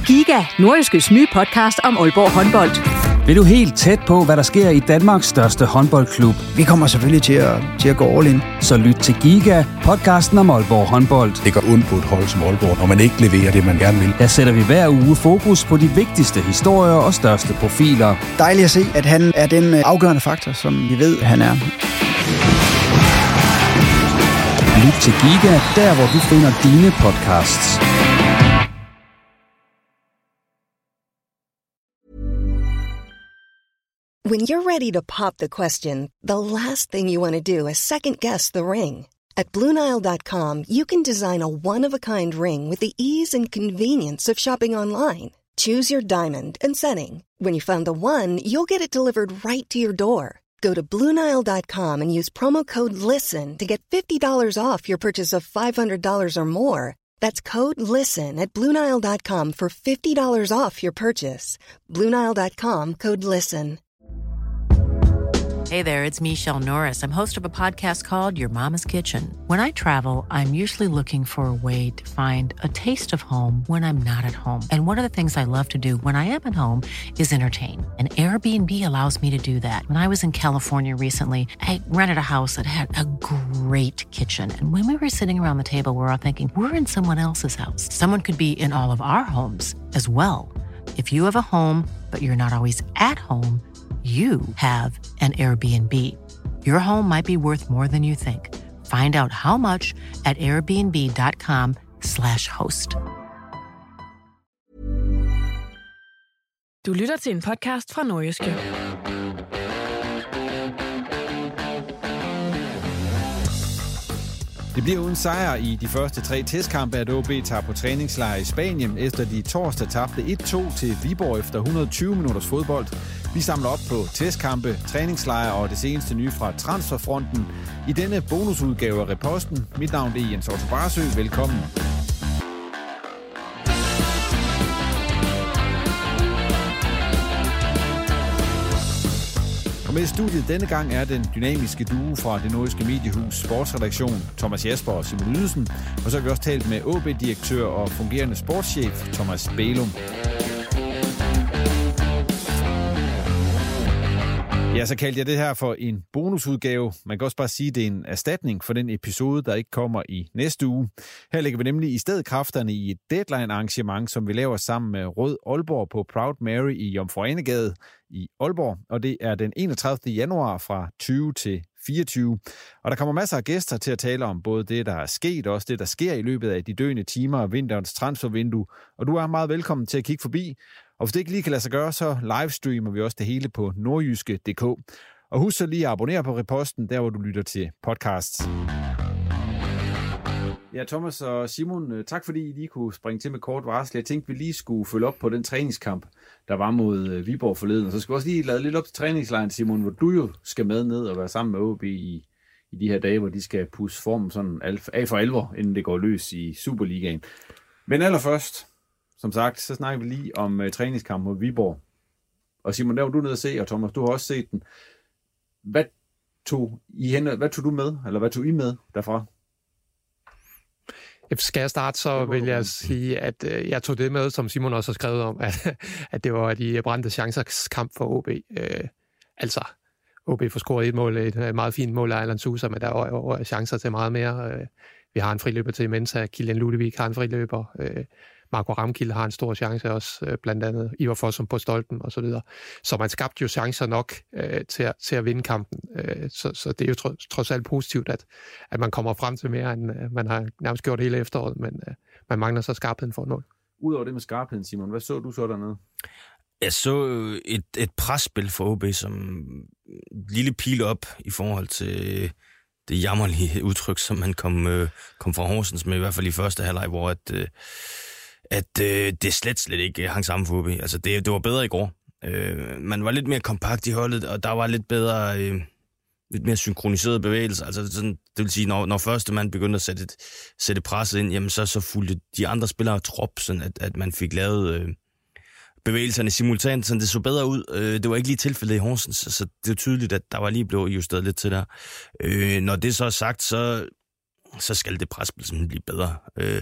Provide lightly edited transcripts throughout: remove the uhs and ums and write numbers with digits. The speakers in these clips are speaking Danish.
Giga, Nordjyskes nye podcast om Aalborg håndbold. Vil du helt tæt på, hvad der sker i Danmarks største håndboldklub? Vi kommer selvfølgelig til at gå all in. Så lyt til Giga, podcasten om Aalborg håndbold. Det går ondt på et hold som Aalborg, når man ikke leverer det, man gerne vil. Der sætter vi hver uge fokus på de vigtigste historier og største profiler. Dejligt at se, at han er den afgørende faktor, som vi ved, han er. Lyt til Giga, der hvor du finder dine podcasts. When you're ready to pop the question, the last thing you want to do is second-guess the ring. At BlueNile.com, you can design a one-of-a-kind ring with the ease and convenience of shopping online. Choose your diamond and setting. When you find the one, you'll get it delivered right to your door. Go to BlueNile.com and use promo code LISTEN to get $50 off your purchase of $500 or more. That's code LISTEN at BlueNile.com for $50 off your purchase. BlueNile.com, code LISTEN. Hey there, it's Michelle Norris. I'm host of a podcast called Your Mama's Kitchen. When I travel, I'm usually looking for a way to find a taste of home when I'm not at home. And one of the things I love to do when I am at home is entertain. And Airbnb allows me to do that. When I was in California recently, I rented a house that had a great kitchen. And when we were sitting around the table, we were all thinking, we're in someone else's house. Someone could be in all of our homes as well. If you have a home, but you're not always at home, you have an Airbnb. Your home might be worth more than you think. Find out how much at airbnb.com/host. Du lytter til en podcast fra Nordjyske. Det bliver uden sejr i de første 3 testkampe, at OB tager på træningslejr i Spanien, efter de torsdag tabte 1-2 til Viborg efter 120 minutters fodbold. Vi samler op på testkampe, træningslejre og det seneste nye fra transferfronten i denne bonusudgave af Reposten. Mit navn er Jens Otto Barsø. Velkommen. Og med i studiet denne gang er den dynamiske duo fra det nordiske mediehus Sportsredaktion, Thomas Jesper og Simon Ydelsen. Og så har vi også talt med OB-direktør og fungerende sportschef Thomas Bælum. Ja, så kaldte jeg det her for en bonusudgave. Man kan også bare sige, at det er en erstatning for den episode, der ikke kommer i næste uge. Her lægger vi nemlig i stedet kræfterne i et deadline-arrangement, som vi laver sammen med Rød Aalborg på Proud Mary i Jomfru Anegade i Aalborg. Og det er den 31. januar fra 20 til 24. Og der kommer masser af gæster til at tale om både det, der er sket, og også det, der sker i løbet af de døende timer af vinterens transfervindue. Og du er meget velkommen til at kigge forbi. Og hvis det ikke lige kan lade sig gøre, så livestreamer vi også det hele på nordjyske.dk. Og husk så lige at abonnere på Reposten, der hvor du lytter til podcasts. Ja, Thomas og Simon, tak fordi I lige kunne springe til med kort varsel. Jeg tænkte, vi lige skulle følge op på den træningskamp, der var mod Viborg forleden. Og så skal vi også lige lade lidt op til træningslejren, Simon, hvor du jo skal med ned og være sammen med OB i de her dage, hvor de skal pusse formen sådan af for alvor, inden det går løs i Superligaen. Men allerførst, som sagt, så snakker vi lige om træningskamp mod Viborg. Og Simon, der var du nede at se, og Thomas, du har også set den. Hvad tog du med, eller hvad tog I med derfra? Skal jeg starte, så vil jeg sige, at jeg tog det med, som Simon også har skrevet om, at det var de brændte chancers kamp for OB. Altså, OB får scoret et mål, et meget fint mål af Aylan Sousa, men der er chancer til meget mere. Vi har en friløber til Mensa, Kilian Ludvig har en friløber, Marco Ramkild har en stor chance også, blandt andet Ivar Fossum på stolpen og så videre. Så man skabte jo chancer nok til at vinde kampen. Så det er jo trods alt positivt, at man kommer frem til mere, end man har nærmest gjort hele efteråret, men man mangler så skarpheden for 0. Udover det med skarpheden, Simon, hvad så du så dernede? Jeg så et presspil for OB som lille pil op i forhold til det jammerlige udtryk, som man kom fra Horsens med, i hvert fald i første halvleg, hvor at det slet ikke hang sammen for OB. Altså det var bedre i går. Man var lidt mere kompakt i holdet, og der var lidt bedre, lidt mere synkroniseret bevægelse. Altså sådan, det vil sige, når første mand begyndte at sætte presset ind, jamen så fulgte de andre spillere trop, sådan at man fik lavet bevægelserne simultant, så det så bedre ud. Det var ikke lige tilfældet i Horsens, så det er tydeligt, at der var lige blevet justeret lidt til der. Når det så er sagt, så så skal det presspil simpelthen blive bedre.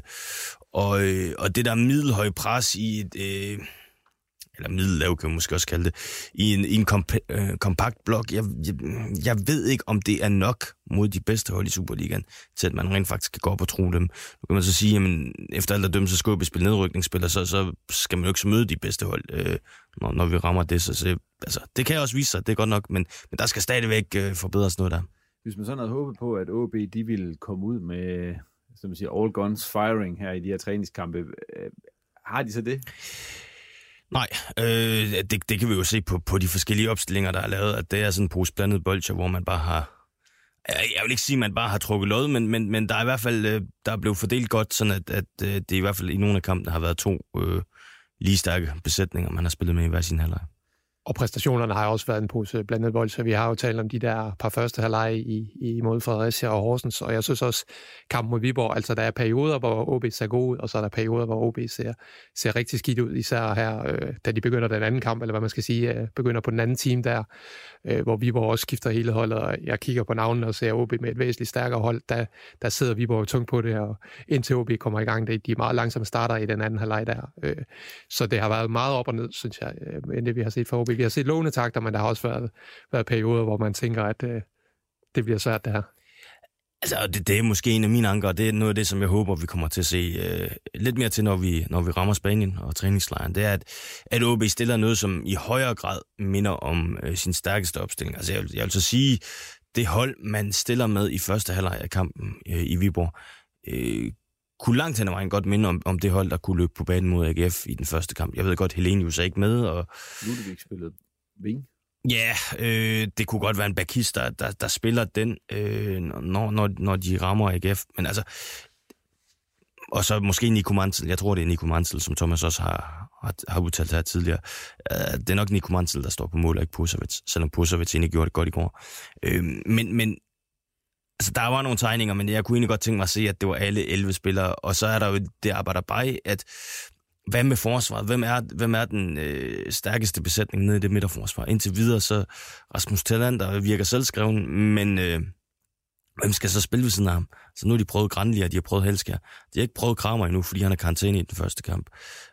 Og det der middelhøje pres i et... eller middellav, kan man måske også kalde det, i en kompakt blok. Jeg ved ikke, om det er nok mod de bedste hold i Superligaen, til at man rent faktisk kan gå op og tro dem. Nu kan man så sige, at efter alt er dømt, så skal vi spille nedrykningsspiller, så skal man jo ikke så møde de bedste hold, når vi rammer det. Så altså, det kan også vise sig, det er godt nok, men der skal stadigvæk forbedres noget der. Hvis man sådan havde håbet på, at OB de ville komme ud med, som man siger, all guns firing her i de her træningskampe, har de så det? Nej, det kan vi jo se på de forskellige opstillinger, der er lavet, at det er sådan en pose blandet bolcher, hvor man bare har... Jeg vil ikke sige, at man bare har trukket lod, men der er i hvert fald der er blevet fordelt godt, sådan at det i hvert fald i nogle af kampene har været 2 lige stærke besætninger, man har spillet med i hver sin halvleg. Og præstationerne har også været en pose blandet bold, så vi har jo talt om de der par første halvleg i mod Fredericia og Horsens, og jeg synes også kampen mod Viborg, altså der er perioder, hvor OB ser god ud, og så er der perioder, hvor OB ser rigtig skidt ud, især her, da de begynder den anden kamp, eller hvad man skal sige, begynder på den anden team der, hvor Viborg også skifter hele holdet, og jeg kigger på navnene og ser OB med et væsentligt stærkere hold, der sidder Viborg tungt på det, og indtil OB kommer i gang, de er meget langsomme starter i den anden halvleg der. Så det har været meget op og ned, synes jeg, end det vi har set for OB. Vi har set lovende takter, men der har også været perioder, hvor man tænker, at det bliver svært det her. Altså, det er måske en af mine anker, og det er noget af det, som jeg håber, vi kommer til at se lidt mere til, når vi rammer Spanien og træningslejren. Det er, at OB stiller noget, som i højere grad minder om sin stærkeste opstilling. Altså, jeg vil så sige, det hold, man stiller med i første halvleg af kampen i Viborg, kunne langt hen ad vejen godt minde om det hold, der kunne løbe på banen mod AGF i den første kamp. Jeg ved godt, Helenius er ikke med. Og Ludvig spillede wing. Ja, det kunne godt være en backist, der spiller den, når de rammer AGF. Men altså, og så måske Nico Mansell. Jeg tror, det er Nico Mansell, som Thomas også har udtalt her tidligere. Det er nok Nico Mansell, der står på mål, og ikke Pusovic, selvom Pusovic egentlig gjorde det godt i går. Men altså, der var nogle tegninger, men jeg kunne egentlig godt tænke mig at se, at det var alle 11 spillere. Og så er der jo det arbejder bare, at hvad med forsvaret? Hvem er den stærkeste besætning nede i det midterforsvar? Indtil videre, så Rasmus Thelander virker selvskreven, men hvem skal så spille ved siden af ham? Så nu har de prøvet Granli, og de har prøvet Helskjær. De har ikke prøvet Kramer endnu, fordi han er karantæne i den første kamp.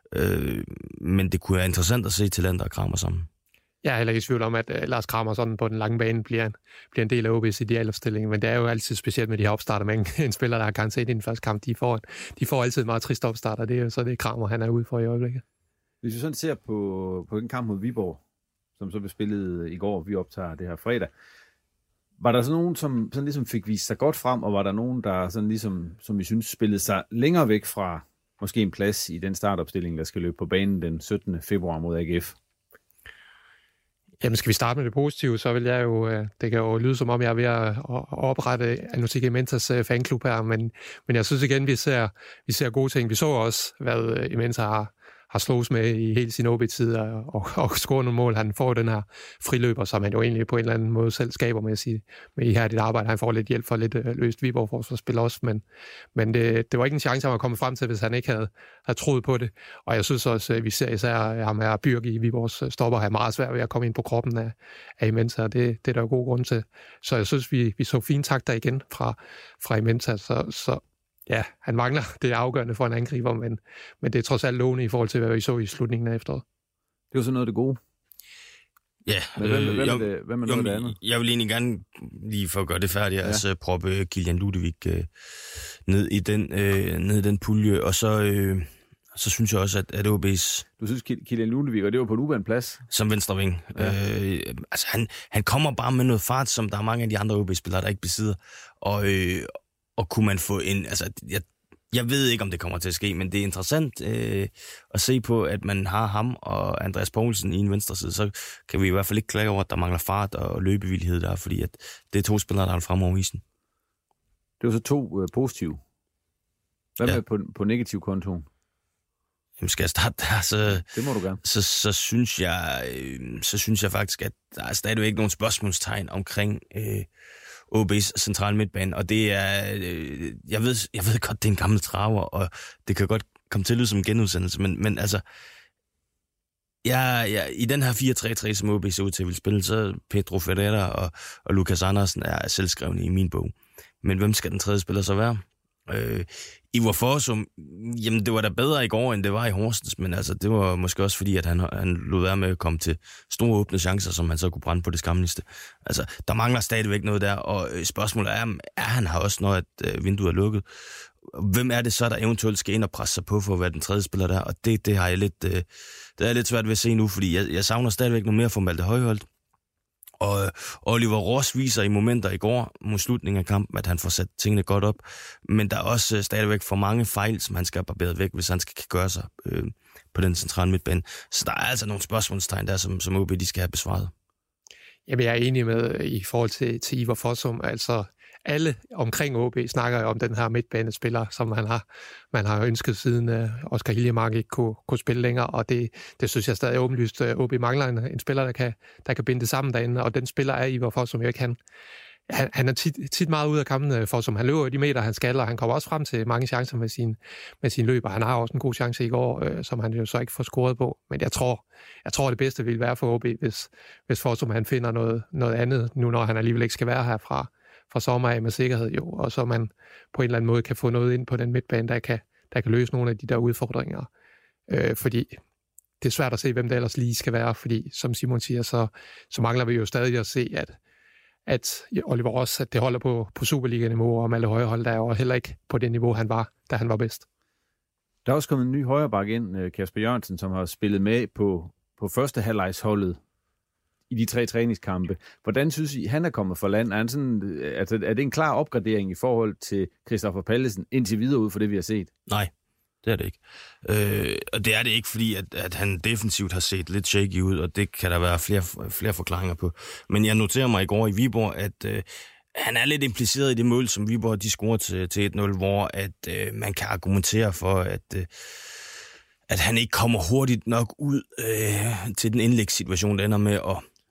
Men det kunne være interessant at se Thelander og Kramer sammen. Jeg er heller ikke i tvivl om, at Lars Kramer sådan på den lange bane bliver en del af OB's idealopstilling, men det er jo altid specielt med de her opstarter med en spiller, der har karantæne i den første kamp. De får altid meget trist opstarter, det er Kramer, han er ude for i øjeblikket. Hvis vi sådan ser på den kamp mod Viborg, som så blev spillet i går, vi optager det her fredag, var der så nogen, som sådan ligesom fik vist sig godt frem, og var der nogen, der sådan ligesom, som vi synes, spillede sig længere væk fra måske en plads i den startopstilling, der skal løbe på banen den 17. februar mod AGF? Jamen, skal vi starte med det positive, så vil jeg jo, det kan jo lyde som om, jeg er ved at oprette Anutika Mentas fanklub her, men jeg synes igen, vi ser gode ting. Vi så også, hvad Imenta har slås med i hele sin OB-tid og scoret nogle mål. Han får den her friløber, som han jo egentlig på en eller anden måde selv skaber, med at sige, med i her dit arbejde. Han får lidt hjælp for lidt løst Viborg-forsvarsspil også, men det var ikke en chance, han var kommet frem til, hvis han ikke havde troet på det. Og jeg synes også, at vi ser især ham her Byrk i Viborgs stopper, have meget svært ved at komme ind på kroppen af Imenta, og det er der jo god grund til. Så jeg synes, vi så fine takter igen fra Imenta, så ja, han mangler det afgørende for en angriber, men det er trods alt lovende i forhold til, hvad vi så i slutningen af efteråret. Det var sådan noget af det gode. Ja, hvad med noget af det andet? Jeg vil egentlig gerne, lige for at gøre det færdigt, altså proppe Kilian Ludvig ned i den pulje, og så synes jeg også, at OB's... Du synes, Kilian Ludvig, og det var på en uvant plads? Som venstre ving. Ja. Altså, han kommer bare med noget fart, som der er mange af de andre OB-spillere, der ikke besidder, og kunne man få en... Altså, jeg ved ikke, om det kommer til at ske, men det er interessant at se på, at man har ham og Andreas Poulsen i en venstre side. Så kan vi i hvert fald ikke klage over, at der mangler fart og løbevillighed der, fordi at det er 2 spillere, der er frem over isen. Det var så 2 positive. Hvad med på negativ kontoen? Jamen, skal jeg starte der? Så, det må du gerne. Så synes jeg faktisk, at der er stadigvæk nogle spørgsmålstegn omkring... OB's central midtbane, og det er, jeg ved godt, det er en gammel traver, og det kan godt komme til at lyde som en genudsendelse, men altså, i den her 4-3-3, som OB ser ud til at vil spille, så Pedro Ferreira og Lucas Andersen er selvskrevne i min bog. Men hvem skal den tredje spiller så være? Ivar Fossum, jamen det var da bedre i går, end det var i Horsens, men altså, det var måske også fordi, at han lod være med at komme til store åbne chancer, som han så kunne brænde på det skamligste. Altså, der mangler stadigvæk noget der, og spørgsmålet er han har også, når vinduet er lukket. Hvem er det så, der eventuelt skal ind og presse sig på for at være den tredje spiller der? Og det har jeg lidt svært ved at se nu, fordi jeg savner stadigvæk noget mere fra Malte Højholt. Og Oliver Ross viser i momenter i går mod slutningen af kampen, at han får sat tingene godt op. Men der er også stadigvæk for mange fejl, som han skal have barberet væk, hvis han skal gøre sig på den centrale midtbane. Så der er altså nogle spørgsmålstegn der, som OB de skal have besvaret. Jamen, jeg er enig med i forhold til Ivar Fossum. Altså, alle omkring OB snakker jo om den her midtbanespiller, som man har ønsket siden Oscar Hiljemark ikke kunne spille længere, og det synes jeg stadig er åbenlyst. OB mangler en spiller, der kan binde det sammen derinde, og den spiller er Ivar Fossum jo ikke. Han er tit meget ude af kampen, Fossum. Han løber de meter, han skal, og han kommer også frem til mange chancer med sin løb, og han har også en god chance i går, som han jo så ikke får scoret på. Men jeg tror det bedste ville være for OB, hvis Fossum han finder noget andet, nu når han alligevel ikke skal være her fra sommer af med sikkerhed jo, og så man på en eller anden måde kan få noget ind på den midtbane, der kan løse nogle af de der udfordringer. Fordi det er svært at se, hvem det ellers lige skal være, fordi som Simon siger, så mangler vi jo stadig at se, at Oliver Ross, at det holder på Superliga-niveau, og Malte Højholt der er jo heller ikke på det niveau, han var, da han var bedst. Der er også kommet en ny højreback ind, Kasper Jørgensen, som har spillet med på første halvlejsholdet i de 3 træningskampe. Hvordan synes I, han er kommet for land? Er det en klar opgradering i forhold til Christoffer Pallesen indtil videre ud for det, vi har set? Nej, det er det ikke. Og det er det ikke, fordi at han defensivt har set lidt shaky ud, og det kan der være flere forklaringer på. Men jeg noterer mig i går i Viborg, at han er lidt impliceret i det mål, som Viborg de scorer til 1-0, hvor at man kan argumentere for, at han ikke kommer hurtigt nok ud til den indlægssituation, der ender med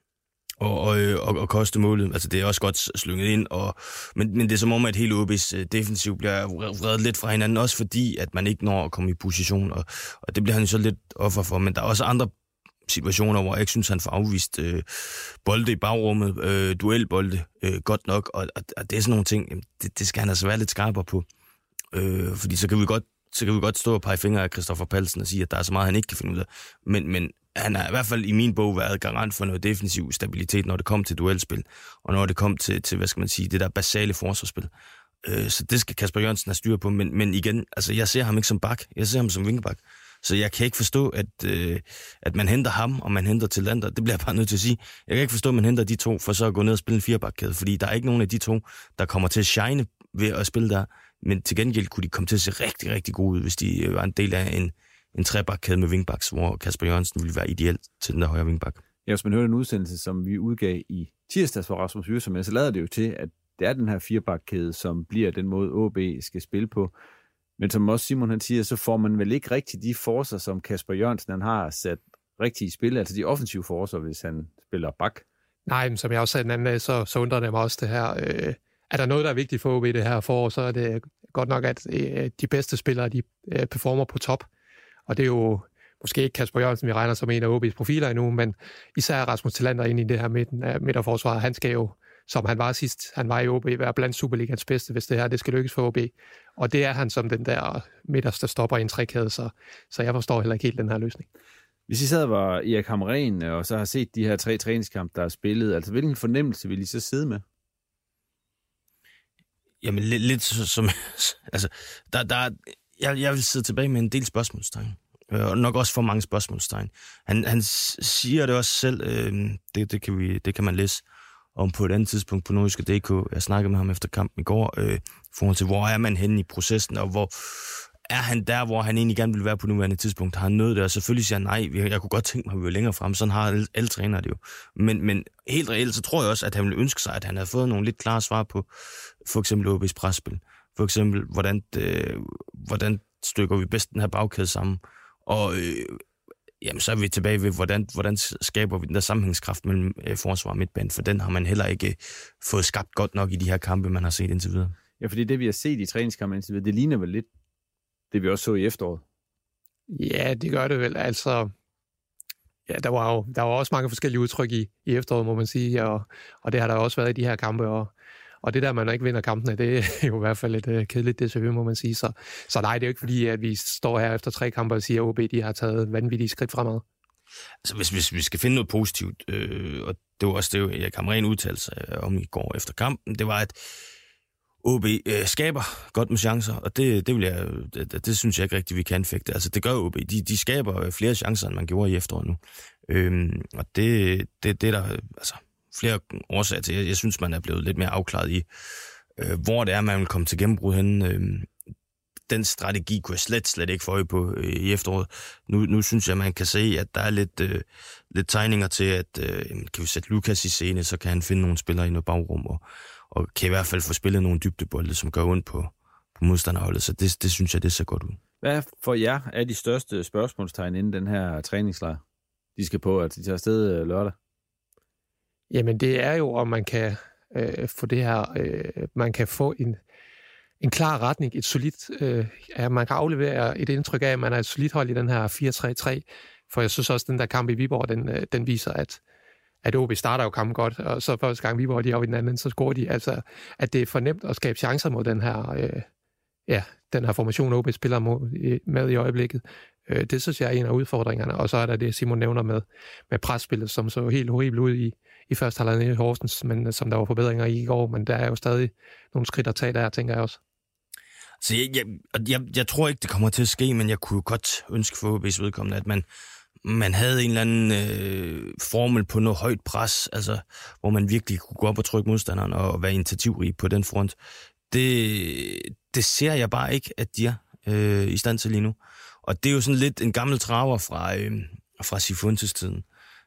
at koste målet. Altså, det er også godt slynget ind, men det er som om, at hele OB's defensiv bliver vredet lidt fra hinanden, også fordi, at man ikke når at komme i position, og det bliver han jo så lidt offer for. Men der er også andre situationer, hvor jeg ikke synes, han får afvist bolde i bagrummet, duelbolde godt nok, og det er sådan nogle ting, det skal han altså være lidt skarpere på. Fordi så kan vi godt stå og pege fingre af Christoffer Pallesen og sige, at der er så meget, han ikke kan finde ud af. Men han har i hvert fald i min bog været garant for noget defensiv stabilitet, når det kom til duelspil, og når det kom til hvad skal man sige, det der basale forsvarsspil. Så det skal Kasper Jørgensen have styr på, men igen, altså jeg ser ham ikke som bak, jeg ser ham som vingebak. Så jeg kan ikke forstå, at man henter ham, og man henter Tillander. Det bliver jeg bare nødt til at sige. Jeg kan ikke forstå, at man henter de to, for så at gå ned og spille en firebakkæde, fordi der er ikke nogen af de to, der kommer til at shine ved at spille der. Men til gengæld kunne de komme til at se rigtig, rigtig gode ud, hvis de var en del af en trebakkæde med wingbacks, hvor Kasper Jørgensen ville være ideelt til den der højre wingback. Ja, hvis man hører en udsendelse, som vi udgav i tirsdags for Rasmus Hyrsum, så lader det jo til, at det er den her firebakkæde, som bliver den måde, OB skal spille på. Men som også Simon han siger, så får man vel ikke rigtig de forser, som Kasper Jørgensen han har sat rigtig i spil, altså de offensive forser, hvis han spiller bak. Nej, men som jeg også sagde den anden dag, så undrer det mig også det her. Er der noget, der er vigtigt for OB i det her forår, så er det godt nok, at de bedste spillere, de performer på top. Og det er jo måske ikke Kasper Jørgensen, vi regner som en af OB's profiler endnu, men især Rasmus Tillander ind i det her midterforsvar. Han skal jo, som han var sidst, han var i OB, være blandt Superligans bedste, hvis det her det skal lykkes for OB. Og det er han som den der midterste stopper i en trekæde, så jeg forstår heller ikke helt den her løsning. Hvis I sad og var Erik Hamrén, og så har set de her 3 træningskampe, der er spillet, altså hvilken fornemmelse vil I så sidde med? Jamen lidt som... altså, jeg vil sidde tilbage med en del spørgsmålstegn. Og nok også for mange spørgsmålstegn. Han siger det også selv, det kan man læse om på et andet tidspunkt på Nordjyske.dk. Jeg snakkede med ham efter kampen i går, i forhold til, hvor er man henne i processen, og hvor er han der, hvor han egentlig gerne vil være på nuværende tidspunkt. Har han nået det, og selvfølgelig siger han nej. Jeg kunne godt tænke mig, at vi var længere frem. Sådan har alle trænere det jo. Men helt reelt, så tror jeg også, at han ville ønske sig, at han havde fået nogle lidt klare svar på for eksempel OB's presspil. For eksempel, hvordan stykker vi bedst den her bagkæde sammen. Og jamen, så er vi tilbage ved, hvordan skaber vi den der sammenhængskraft mellem forsvar og midtbane, for den har man heller ikke fået skabt godt nok i de her kampe, man har set indtil videre. Ja, fordi det, vi har set i træningskampe indtil videre, det ligner vel lidt det, vi også så i efteråret. Ja, det gør det vel. Altså, ja, der var også mange forskellige udtryk i efteråret, må man sige, og det har der også været i de her kampe, Og det der, man ikke vinder kampene, det er jo i hvert fald et kedeligt déjà vu, må man sige. Så nej, det er jo ikke fordi, at vi står her efter 3 kampe og siger, at OB de har taget vanvittige skridt fremad. Altså, hvis vi skal finde noget positivt, og det var også det, jeg kom ren udtalelse om i går efter kampen, det var, at OB skaber godt med chancer, og det synes jeg ikke rigtigt, vi kan anfægte. Altså, det gør OB. De skaber flere chancer, end man gjorde i efteråret nu. Og det er der altså, flere årsager til. Jeg synes, man er blevet lidt mere afklaret i, hvor det er, man vil komme til gennembrud henne. Den strategi kunne jeg slet ikke få øje på i efteråret. Nu synes jeg, man kan se, at der er lidt tegninger til, at kan vi sætte Lukas i scene, så kan han finde nogle spillere i noget bagrum, og kan i hvert fald få spillet nogle dybdebolde, som går ondt på modstanderholdet. Så det synes jeg, det ser godt ud. Hvad for jer er de største spørgsmålstegn inden den her træningslejr, de skal på, at de tager afsted lørdag? Jamen, det er jo, om man kan få det her, man kan få en klar retning, et solidt, man kan aflevere et indtryk af, at man er et solidt hold i den her 4-3-3, for jeg synes også, at den der kamp i Viborg, den viser, at OB starter jo kampen godt, og så første gang Viborg de er oppe i den anden, så scorer de. Altså, at det er for nemt at skabe chancer mod den her formation, OB spiller med i øjeblikket. Det synes jeg er en af udfordringerne, og så er der det, Simon nævner med presspillet, som så helt horribelt ud i første halvdel i Horsens, men som der var forbedringer i går, men der er jo stadig nogle skridt at tage der, tænker jeg også. Så jeg tror ikke, det kommer til at ske, men jeg kunne godt ønske for OB's vedkommende, at man havde en eller anden formel på noget højt pres, altså, hvor man virkelig kunne gå op og trykke modstanderen og være initiativrig på den front. Det ser jeg bare ikke, at de er i stand til lige nu. Og det er jo sådan lidt en gammel traver fra Sifuentes-tiden,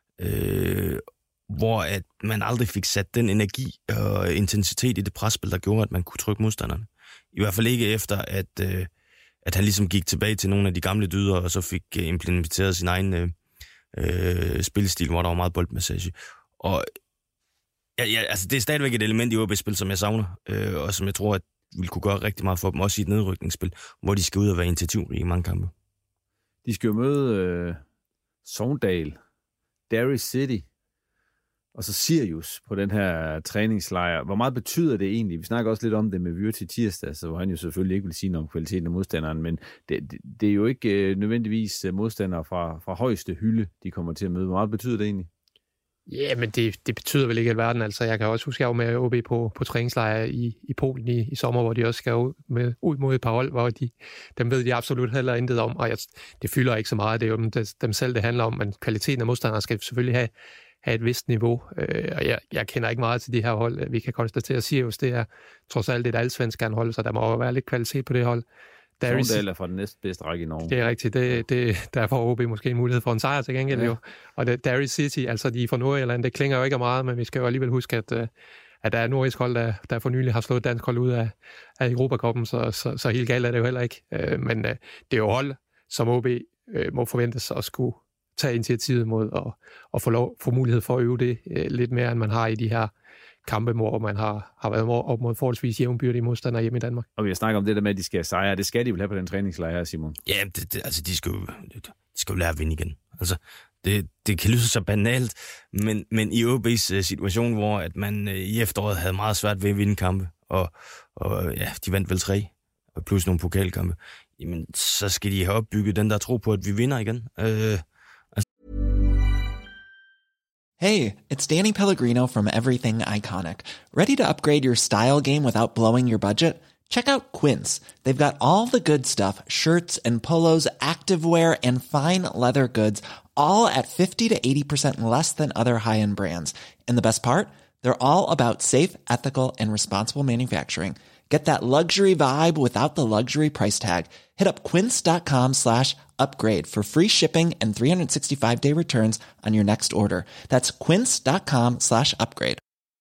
hvor at man aldrig fik sat den energi og intensitet i det presspil, der gjorde, at man kunne trykke modstanderne. I hvert fald ikke efter, at han ligesom gik tilbage til nogle af de gamle dyder, og så fik implementeret sin egen spilstil, hvor der var meget boldmassage. Og altså, det er stadigvæk et element i OB-spil, som jeg savner, og som jeg tror, at vil kunne gøre rigtig meget for dem, også i et nedrykningsspil, hvor de skal ud og være initiativrige i mange kampe. De skal jo møde Sogndal, Derry City, og så Sirius på den her træningslejr. Hvor meget betyder det egentlig? Vi snakker også lidt om det med Vyrt i tirsdag, hvor han jo selvfølgelig ikke vil sige noget om kvaliteten af modstanderen, men det er jo ikke nødvendigvis modstandere fra højeste hylde, de kommer til at møde. Hvor meget betyder det egentlig? Ja, men det betyder vel ikke alverden. Altså, jeg kan også huske, at jeg var med OB på træningslejre i Polen i sommer, hvor de også skal ud mod et par hold, hvor dem ved de absolut heller intet om, og det fylder ikke så meget. Det er jo dem selv, det handler om, men kvaliteten af modstandere skal selvfølgelig have et vist niveau. Og jeg kender ikke meget til de her hold. Vi kan konstatere, at Sirius, det er trods alt et allsvenskan hold, så der må være lidt kvalitet på det hold. Sogndal er fra den næstbedste række i Norge. Det er rigtigt. Der får OB måske en mulighed for en sejr til gengæld. Ja. Jo. Og Derry City, altså de er fra Nordjylland, det klinger jo ikke meget, men vi skal jo alligevel huske, at der er nordjysk hold, der for nylig har slået dansk hold ud af Europacupen, så helt galt er det jo heller ikke. Men det er jo hold, som OB må forventes at skulle tage initiativet mod og få mulighed for at øve det lidt mere, end man har i de her kampe, hvor man har været op mod forholdsvis jævnbyrdige modstandere hjemme i Danmark. Og vi har snakket om det der med, at de skal sejre. Det skal de vel have på den træningslejr her, Simon? Ja, altså de skal jo lære at vinde igen. Altså, det kan lyde så banalt, men i OB's situation, hvor at man i efteråret havde meget svært ved at vinde kampe, og ja, de vandt vel 3, plus nogle pokalkampe, jamen, så skal de have opbygget den der tro på, at vi vinder igen. Hey, it's Danny Pellegrino from Everything Iconic. Ready to upgrade your style game without blowing your budget? Check out Quince. They've got all the good stuff, shirts and polos, activewear, and fine leather goods, all at 50 to 80% less than other high-end brands. And the best part? They're all about safe, ethical, and responsible manufacturing. Get that luxury vibe without the luxury price tag. Hit up quince.com/upgrade for free shipping and 365-day returns on your next order. That's quince.com/upgrade.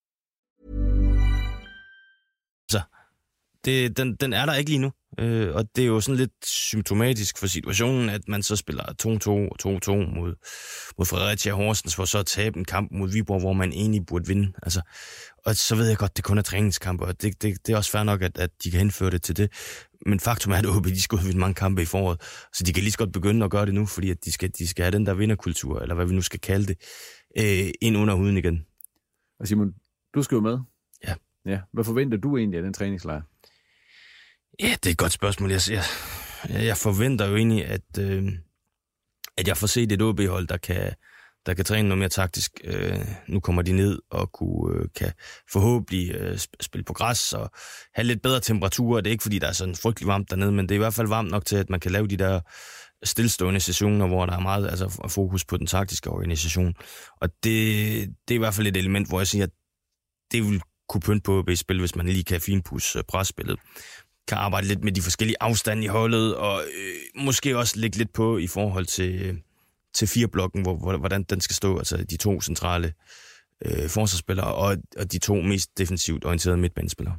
Så, den er der ikke lige nu. Og det er jo sådan lidt symptomatisk for situationen, at man så spiller 2-2 mod Fredericia Horsens, for så at tabe en kamp mod Viborg, hvor man egentlig burde vinde. Altså, og så ved jeg godt, det kun er træningskampe, og det er også fair nok, at de kan henføre det til det. Men faktum er, at OB, de skal udvinde mange kampe i foråret, så de kan lige så godt begynde at gøre det nu, fordi at de skal have den der vinderkultur, eller hvad vi nu skal kalde det, ind under huden igen. Og Simon, du skal jo med. Ja. Ja, hvad forventer du egentlig af den træningslejr? Ja, det er et godt spørgsmål. Jeg forventer jo egentlig, at jeg får set et OB-hold, der kan træne noget mere taktisk. Nu kommer de ned og kan forhåbentlig spille på græs og have lidt bedre temperaturer. Det er ikke, fordi der er sådan frygtelig varmt dernede, men det er i hvert fald varmt nok til, at man kan lave de der stillestående sessioner, hvor der er meget fokus på den taktiske organisation. Og det er i hvert fald et element, hvor jeg siger, at det vil kunne pynte på OB-spil, hvis man lige kan finpudse presspillet. Kan arbejde lidt med de forskellige afstande i holdet, og måske også lægge lidt på i forhold til 4-blokken, hvordan den skal stå, altså de 2 centrale forsvarsspillere og de 2 mest defensivt orienterede midtbanespillere.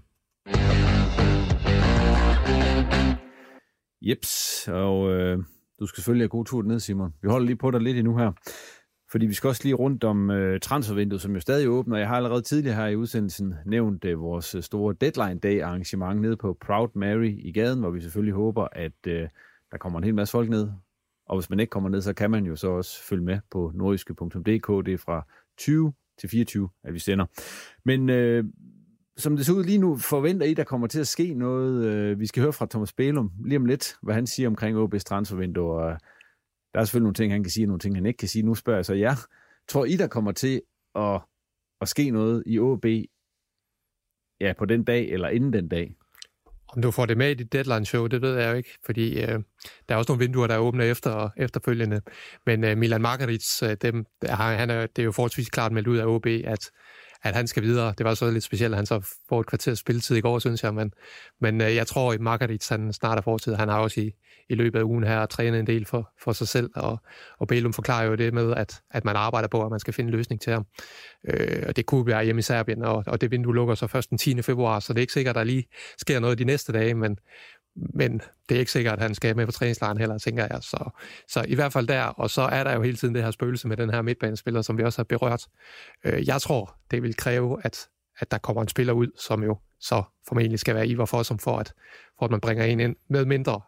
Jeps, og du skal selvfølgelig have god tur ned, Simon. Vi holder lige på dig lidt endnu her, fordi vi skal også lige rundt om transfervinduet, som jo stadig åbner. Jeg har allerede tidligere her i udsendelsen nævnt vores store Deadline Day arrangement nede på Proud Mary i gaden, hvor vi selvfølgelig håber, at der kommer en hel masse folk ned. Og hvis man ikke kommer ned, så kan man jo så også følge med på nordjyske.dk. Det er fra 20 til 24, at vi sender. Men som det ser ud lige nu, forventer I, der kommer til at ske noget. Vi skal høre fra Thomas Bælum lige om lidt, hvad han siger omkring OB's transfervindue. Og der er selvfølgelig nogle ting, han kan sige, og nogle ting, han ikke kan sige. Nu spørger jeg så jer. Tror I, der kommer til at ske noget i OB på den dag eller inden den dag? Om du får det med i dit deadline-show, det ved jeg jo ikke, fordi der er også nogle vinduer, der er åbne efterfølgende. Men Milan Margaric, det er jo forholdsvis klart meldt ud af OB, at han skal videre. Det var så lidt specielt, at han så får et kvarters spilletid i går, synes jeg. Men jeg tror, at Margaric han snart er fortid. Han har også i løbet af ugen her trænet en del for sig selv, og Bælum forklarer jo det med, at man arbejder på, at man skal finde en løsning til ham. Og det kunne være hjemme i Serbien, og det vindue lukker så først den 10. februar, så det er ikke sikkert, at der lige sker noget de næste dage, men det er ikke sikkert, at han skal med på træningslejren heller, tænker jeg. Så i hvert fald der, og så er der jo hele tiden det her spøgelse med den her midtbanespiller, som vi også har berørt. Jeg tror, det vil kræve, at der kommer en spiller ud, som jo så formentlig skal være Ivar Fossum for at man bringer en ind med mindre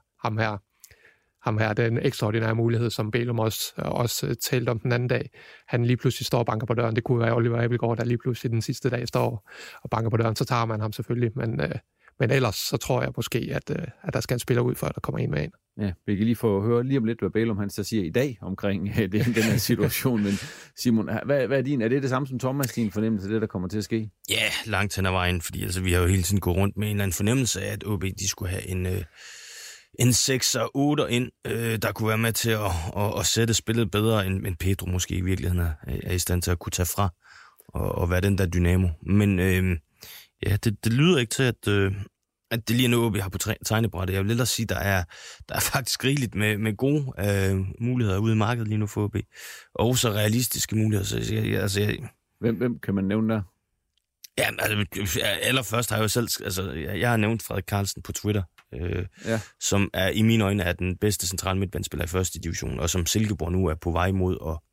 ham her, den ekstraordinære mulighed, som Bælum også talte om den anden dag. Han lige pludselig står og banker på døren. Det kunne være Oliver Abildgaard, der lige pludselig den sidste dag står og banker på døren. Så tager man ham selvfølgelig, men ellers så tror jeg måske, at der skal en spiller ud, før der kommer en med ind. Ja, vi kan lige få høre lige om lidt, hvad Bælum han så siger i dag omkring den her situation. Men Simon, hvad er din? Er det samme som Thomas, din fornemmelse af det, der kommer til at ske? Ja, langt hen ad vejen, fordi altså, vi har jo hele tiden gået rundt med en eller anden fornemmelse af, at OB de skulle have en 6 og 8 ind, der kunne være med til at sætte spillet bedre, end Pedro måske i virkeligheden er i stand til at kunne tage fra og være den der dynamo. Men ja, det lyder ikke til, at det lige er noget, vi har på tegnebrættet. Jeg vil lidt sige, der er faktisk rigeligt med gode muligheder ude i markedet lige nu for OB. Og så realistiske muligheder. Så Hvem kan man nævne der? Ja, altså, allerførst har jeg jo selv... Altså, jeg har nævnt Frederik Carlsen på Twitter, som er i mine øjne er den bedste central midtbanespiller i første division, og som Silkeborg nu er på vej mod og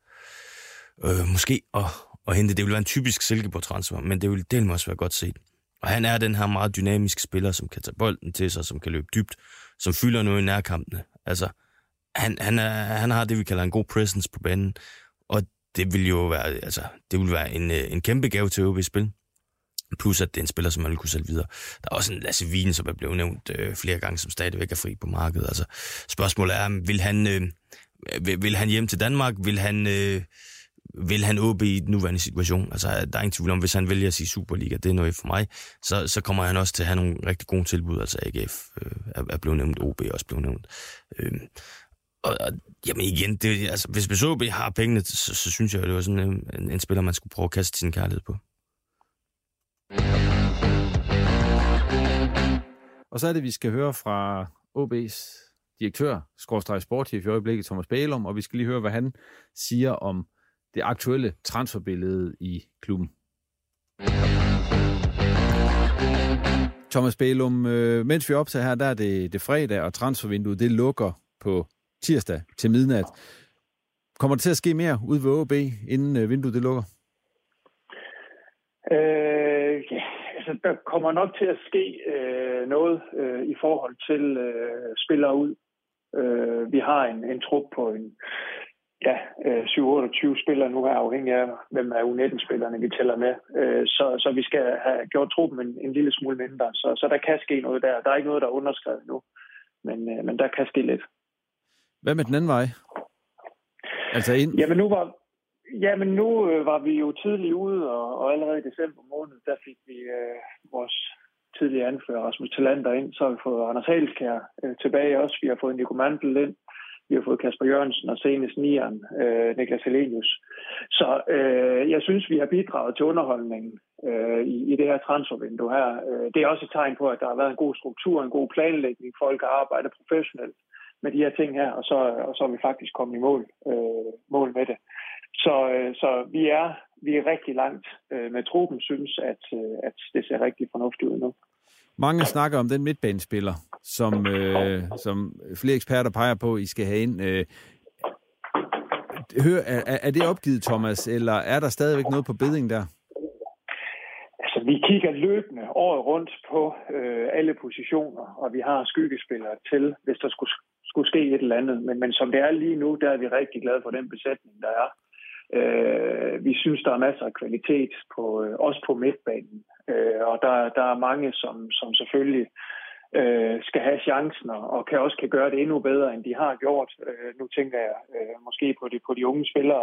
måske at hente. Det vil være en typisk Silkeborg-transfer, men det vil delt også være godt set. Og han er den her meget dynamiske spiller, som kan tage bolden til sig, som kan løbe dybt, som fylder noget i nærkampene. Altså, han har det, vi kalder en god presence på banen, og det vil jo være, altså, det vil være en kæmpe gave til OB-spil. Plus, at det er en spiller, som man vil kunne sælge videre. Der er også en Lasse Wien, som er blevet nævnt flere gange, som stadigvæk er fri på markedet. Altså, spørgsmålet er, vil han hjem til Danmark? Vil han OB i den nuværende situation? Altså, der er ingen tvivl om, hvis han vælger at sige Superliga, det er noget for mig, så kommer han også til at have nogle rigtig gode tilbud. Altså, AGF er blevet nævnt, OB er også blevet nævnt. Og jamen igen, altså, hvis OB har pengene, så synes jeg, at det var sådan en spiller, man skulle prøve at kaste sin kærlighed på. Og så er det, vi skal høre fra OB's direktør, /sportchef i øjeblikket, Thomas Bælum, og vi skal lige høre, hvad han siger om det aktuelle transferbillede i klubben. Thomas Bælum, mens vi optager her, der er det fredag, og transfervinduet, det lukker på tirsdag til midnat. Kommer der til at ske mere ude ved OB, inden vinduet det lukker? Ja, altså der kommer nok til at ske noget i forhold til spillere ud. Vi har en trup på 7-28 spillere nu her, afhængig af, hvem er U19-spillerne, vi tæller med. Så vi skal have gjort truppen en lille smule mindre. Så der kan ske noget der. Der er ikke noget, der er underskrevet nu, men der kan ske lidt. Hvad med den anden vej? Altså ind? Jamen nu var vi jo tidligt ude, og allerede i december måned, der fik vi vores tidligere anfører Rasmus Thelander ind. Så har vi fået Anders Halskjær tilbage også. Vi har fået Nico Mandel ind. Vi har fået Kasper Jørgensen og senest nieren, Niklas Helenius. Så jeg synes, vi har bidraget til underholdningen i det her transfervindue her. Det er også et tegn på, at der har været en god struktur, en god planlægning. Folk har arbejdet professionelt med de her ting her, og så er vi faktisk kommet i mål med det. Så vi er rigtig langt med truppen, synes, at det ser rigtig fornuftigt ud nu. Mange snakker om den midtbanespiller, som flere eksperter peger på, I skal have ind. Er det opgivet, Thomas, eller er der stadigvæk noget på bedding der? Altså, vi kigger løbende året rundt på alle positioner, og vi har skyggespillere til, hvis der skulle ske et eller andet. Men som det er lige nu, der er vi rigtig glade for den besætning, der er. Vi synes, der er masser af kvalitet også på midtbanen. Og der er mange, som selvfølgelig skal have chancen, og kan gøre det endnu bedre, end de har gjort. Nu tænker jeg måske på de unge spillere.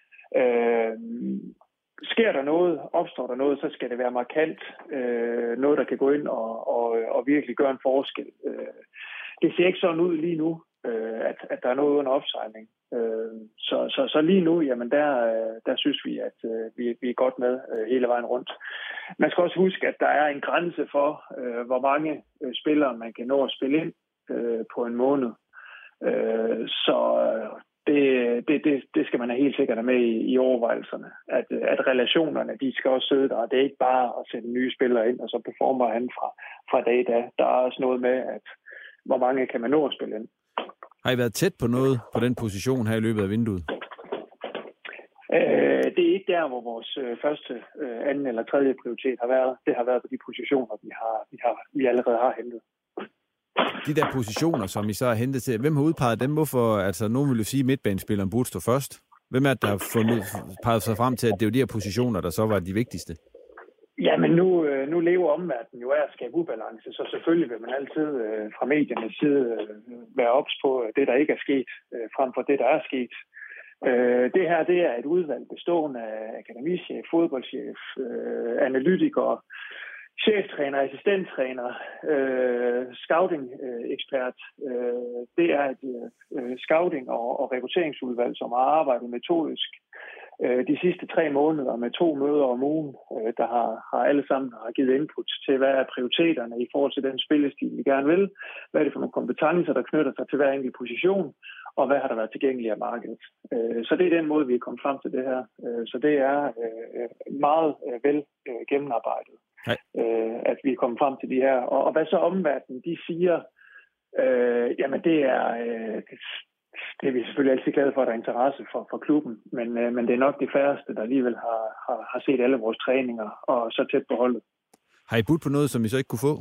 Sker der noget, opstår der noget, så skal det være markant. Noget, der kan gå ind og virkelig gøre en forskel. Det ser ikke sådan ud lige nu, at der er noget under opsejling. Så lige nu, jamen der synes vi, at vi er godt med hele vejen rundt. Man skal også huske, at der er en grænse for, hvor mange spillere man kan nå at spille ind på en måned. Så det skal man have helt sikkert med i overvejelserne. At relationerne, de skal også sidde der. Det er ikke bare at sætte nye spillere ind, og så performer han fra dag i dag. Der er også noget med, at hvor mange kan man nå at spille ind. Har I været tæt på noget på den position her i løbet af vinduet? Det er ikke der, hvor vores første, anden eller tredje prioritet har været. Det har været på de positioner, vi allerede har hentet. De der positioner, som I så har hentet til, hvem har udpeget dem? Hvorfor, altså nogen vil jo sige, at midtbanespilleren burde stå først. Hvem er det, der har peget sig frem til, at det er jo de her positioner, der så var de vigtigste? Ja, men nu lever omverdenen jo af at skabe ubalance, så selvfølgelig vil man altid fra mediernes side være ops på det, der ikke er sket, frem for det, der er sket. Det her, det er et udvalg bestående af akademichef, fodboldchef, analytikere, cheftræner, assistenttræner, scouting-ekspert. Det er et scouting- og rekrutteringsudvalg, som har arbejdet metodisk de sidste 3 måneder med 2 møder om ugen, der har alle sammen givet input til, hvad er prioriteterne i forhold til den spillestil, vi gerne vil. Hvad er det for nogle kompetencer, der knytter sig til hver enkelt position, og hvad har der været tilgængeligt af markedet. Så det er den måde, vi er kommet frem til det her. Så det er meget vel gennemarbejdet, at vi er kommet frem til de her. Og hvad så omverdenen, de siger, jamen det er... Det er vi selvfølgelig altid glade for, at der er interesse for klubben, men det er nok de færreste, der alligevel har set alle vores træninger og så tæt på holdet. Har I budt på noget, som I så ikke kunne få?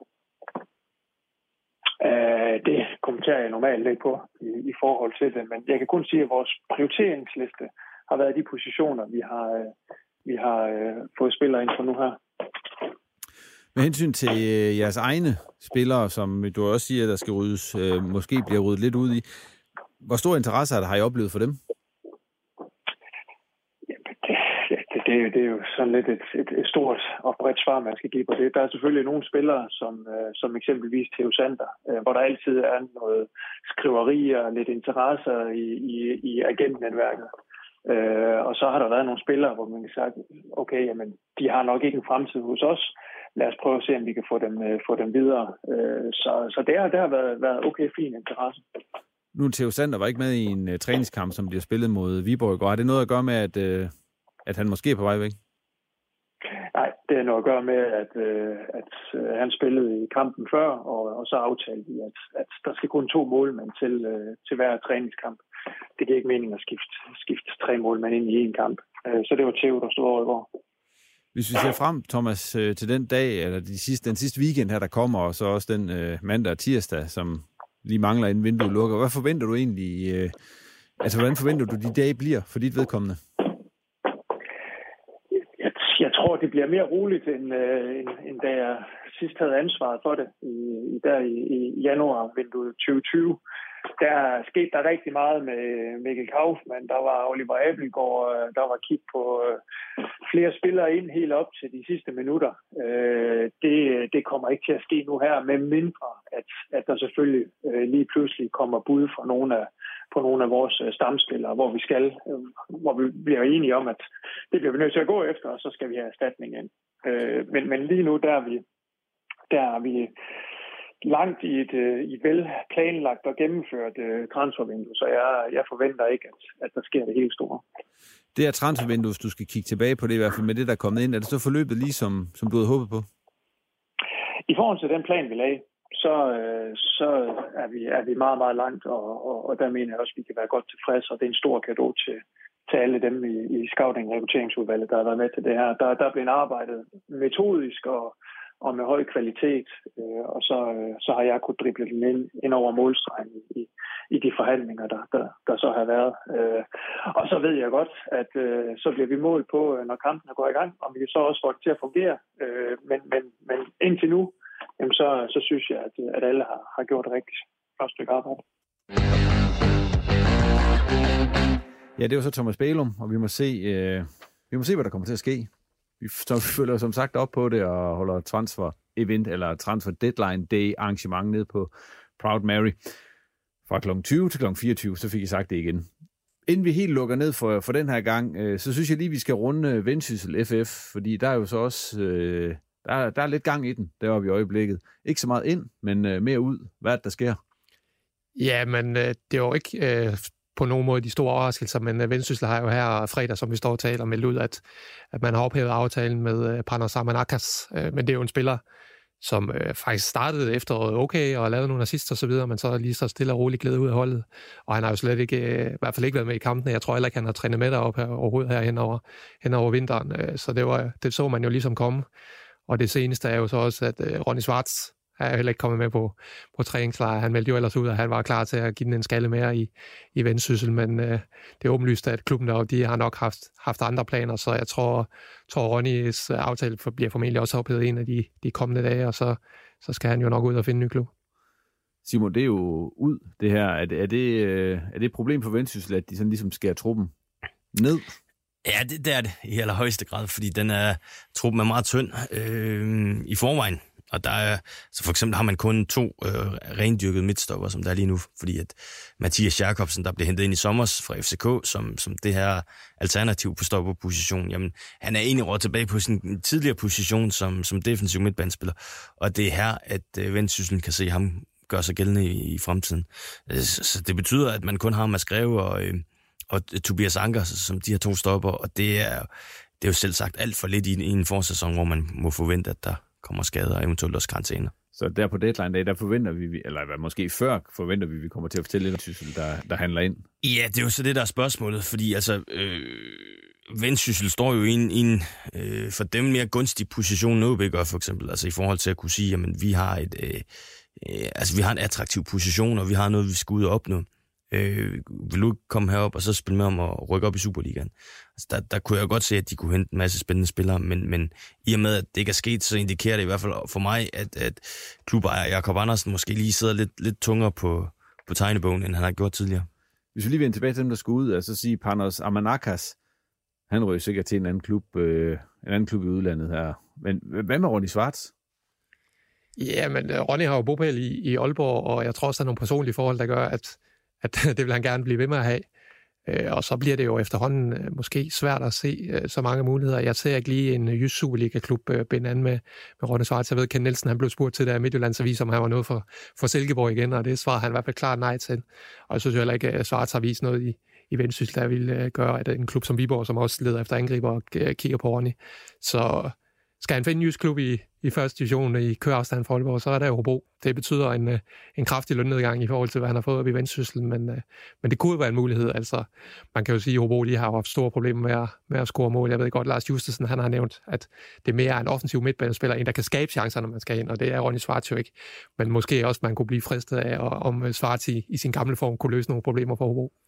Det kommenterer jeg normalt ikke på i forhold til det, men jeg kan kun sige, at vores prioriteringsliste har været de positioner, vi har fået spillere ind på nu her. Med hensyn til jeres egne spillere, som du også siger, der skal ryddes, måske bliver ryddet lidt ud i, hvor stor interesse har I oplevet for dem? Det er jo sådan lidt et stort og bredt svar, man skal give på det. Der er selvfølgelig nogle spillere, som eksempelvis Theo Sander, hvor der altid er noget skriveri og lidt interesser i agentnetværket. Og så har der været nogle spillere, hvor man kan sige, okay, jamen, de har nok ikke en fremtid hos os. Lad os prøve at se, om vi kan få dem videre. Så det har været okay, fin interesse. Nu Theo Sander var ikke med i en træningskamp, som bliver spillet mod Viborg i går. Har det noget at gøre med, at han måske er på vej væk? Nej, det har noget at gøre med, at han spillede i kampen før, og så aftalte vi, at der skal kun 2 målmænd til hver træningskamp. Det giver ikke mening at skifte 3 målmænd ind i en kamp. Så det var Theo, der stod over i går. Hvis vi ser frem, Thomas, til den dag, eller den sidste weekend her, der kommer, og så også den mandag og tirsdag, som lige mangler inden vinduet lukker. Hvad forventer du egentlig Altså, hvordan forventer du, de dage bliver for dit vedkommende? Jeg tror, det bliver mere roligt, end da jeg sidst havde ansvaret for det i januar-vinduet 2020. Der skete der rigtig meget med Mikkel Kaufmann, der var Oliver Abelgaard, der var kig på flere spillere ind helt op til de sidste minutter. Det kommer ikke til at ske nu her, med mindre at der selvfølgelig lige pludselig kommer bud fra nogle af vores stamspillere, hvor vi bliver enige om, at det bliver vi nødt til at gå efter, og så skal vi have erstatning ind. Men lige nu, der er vi langt i et vel planlagt og gennemført transfervindue, så jeg forventer ikke, at der sker det helt store. Det her transfervindue, hvis du skal kigge tilbage på det, i hvert fald med det, der er kommet ind, er det så forløbet lige som du havde håbet på? I forhold til den plan, vi lagde, så er vi meget, meget langt, og der mener jeg også, at vi kan være godt tilfredse, og det er en stor cadeau til alle dem i scouting- og rekrutteringsudvalget, der har været med til det her. Der er blevet arbejdet metodisk og med høj kvalitet, og så har jeg kunnet drible den ind over målstregen i de forhandlinger, der så har været. Og så ved jeg godt, at så bliver vi målt på, når kampen går i gang, og vi så også får det til at fungere. Men indtil nu, jamen så synes jeg, at alle har gjort det rigtigt første stykke arbejde. Ja, det var så Thomas Bælum, og vi må se, hvad der kommer til at ske. Vi følger som sagt op på det og holder transfer-event eller transfer-deadline-day arrangement ned på Proud Mary fra kl. 20 til kl. 24, så fik jeg sagt det igen. Inden vi helt lukker ned for den her gang, så synes jeg lige, vi skal runde Vendsyssel FF, fordi der er jo så også der er lidt gang i den, deroppe i øjeblikket. Ikke så meget ind, men mere ud. Hvad er det, der sker? Ja, men det er jo ikke på nogen måde de store overraskelser, men Vendsyssel har jo her fredag, som vi står og taler, meldt ud, at man har ophævet aftalen med Panos Amanakas. Men det er jo en spiller, som faktisk startede efteråret okay og lavede nogle assists og så videre, men så lige så stille og roligt glædet ud af holdet. Og han har jo slet ikke, i hvert fald ikke været med i kampene. Jeg tror heller ikke, han har trænet med deroppe overhovedet her hen over vinteren. Så det så man jo ligesom komme. Og det seneste er jo så også, at Ronny Schwartz er heller ikke kommet med på træningslejr. Han meldte jo ellers ud, at han var klar til at give den en skalle mere i Vendsyssel, men det er åbenlyst, at klubben deroppe, de har nok haft andre planer, så jeg tror Ronnys aftale bliver formentlig også ophævet en af de kommende dage, og så skal han jo nok ud og finde en ny klub. Simon, det er jo ud, det her. Er det et problem for Vendsyssel, at de sådan ligesom skærer truppen ned? Ja, det er det i allerhøjeste grad, fordi truppen er meget tynd i forvejen. Og der er, så for eksempel har man kun 2 rendyrkede midtstopper, som der er lige nu, fordi at Mathias Jacobsen, der blev hentet ind i sommers fra FCK, som det her alternativ på stopperposition, jamen han er egentlig råd tilbage på sin tidligere position som defensiv midtbanespiller, og det er her, at Vendsyssel kan se ham gøre sig gældende i fremtiden. Så det betyder, at man kun har Mads Greve og Tobias Anker som de her 2 stopper, og det er jo selv sagt alt for lidt i en forsæson, hvor man må forvente, at der kommer skader og eventuelt også karantæner. Så der på deadline day, der forventer vi, eller måske før forventer vi kommer til at fortælle lidt om Vendsyssel, der handler ind? Ja, det er jo så det, der er spørgsmålet, fordi altså Vendsyssel står jo i en for dem mere gunstig position, OB gør for eksempel, altså i forhold til at kunne sige, jamen vi har vi har en attraktiv position, og vi har noget, vi skal ud og opnå. Vil du komme herop og så spille med om at rykke op i Superligaen? Altså der kunne jeg godt se, at de kunne hente en masse spændende spillere, men i og med, at det ikke er sket, så indikerer det i hvert fald for mig, at klubejer Jakob Andersen måske lige sidder lidt tungere på tegnebogen, end han har gjort tidligere. Hvis vi lige vender tilbage til dem, der skulle ud, altså sige Panos Amanakas, han røg sikkert til en anden klub i udlandet her. Men hvad med Ronny Schwartz? Ja, men Ronny har jo bopæl i Aalborg, og jeg tror også, der er nogle personlige forhold, der gør, at det vil han gerne blive ved med at have. Og så bliver det jo efterhånden måske svært at se så mange muligheder. Jeg ser ikke lige en jysk Superliga-klub binde an med Ronny Schwartz. Jeg ved, Ken Nielsen han blev spurgt til der Midtjyllands Avis, om han var noget for Silkeborg igen, og det svarede han i hvert fald klart nej til. Og jeg synes jo heller ikke, at Schwartz har vist noget i Vendsyssel, der vil gøre, at en klub som Viborg, som også leder efter angriber og kigger på Ronny. Så skal han finde en jysk klub i første division i køreafstand for Aalborg, så er der jo Hobro. Det betyder en kraftig lønnedgang i forhold til, hvad han har fået op i Vendsyssel, men det kunne være en mulighed. Altså, man kan jo sige, at Hobro lige har haft store problemer med at score mål. Jeg ved godt, Lars Justesen, han har nævnt, at det er mere en offensiv midtbanespiller, en der kan skabe chancer, når man skal ind, og det er Ronny Schwartz jo ikke. Men måske også, man kunne blive fristet af, om Schwartz i sin gamle form kunne løse nogle problemer for Hobro.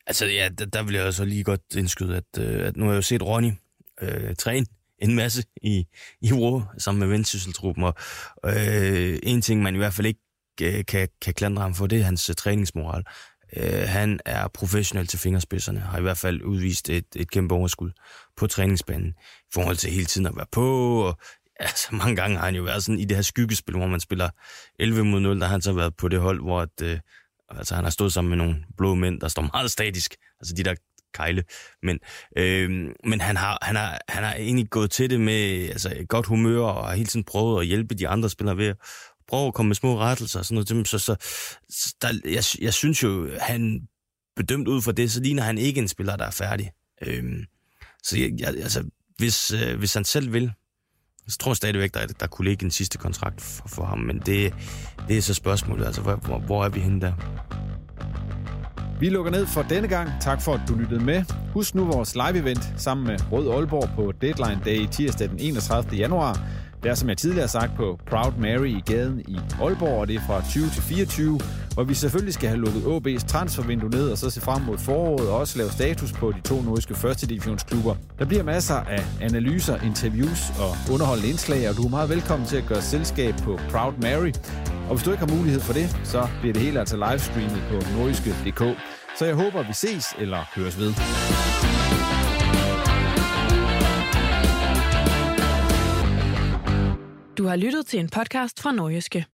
Altså, ja, der vil jeg også lige godt indskyde, at nu har jeg jo set Ronny træne en masse i Ruhr sammen med Vendsyssel-truppen, og en ting, man i hvert fald ikke kan klandre ham for, det er hans træningsmoral. Han er professionel til fingerspidserne, har i hvert fald udvist et kæmpe overskud på træningsbanen, i forhold til hele tiden at være på, og altså, mange gange har han jo været sådan i det her skyggespil, hvor man spiller 11 mod 0, der har han så været på det hold, hvor altså, han har stået sammen med nogle blå mænd, der står meget statisk, altså de der kejle, men han har egentlig gået til det med altså, et godt humør, og har hele tiden prøvet at hjælpe de andre spillere ved at prøve at komme med små rettelser og sådan noget. Så jeg synes jo, han bedømt ud fra det, så ligner han ikke en spiller, der er færdig. Så altså, hvis han selv vil, så tror jeg stadigvæk, der kunne ligge en sidste kontrakt for ham, men det er så spørgsmålet, altså hvor er vi henne der? Vi lukker ned for denne gang. Tak for, at du lyttede med. Husk nu vores live-event sammen med Rød Aalborg på Deadline Day tirsdag den 31. januar. Det er, som jeg tidligere har sagt, på Proud Mary i gaden i Aalborg, og det er fra 20 til 24, hvor vi selvfølgelig skal have lukket AaB's transfervindue ned, og så se frem mod foråret, og også lave status på de 2 nordiske første divisionsklubber. Der bliver masser af analyser, interviews og underholdende indslag, og du er meget velkommen til at gøre selskab på Proud Mary. Og hvis du ikke har mulighed for det, så bliver det hele altså livestreamet på nordiske.dk. Så jeg håber, vi ses eller høres ved. Du har lyttet til en podcast fra Nordjyske.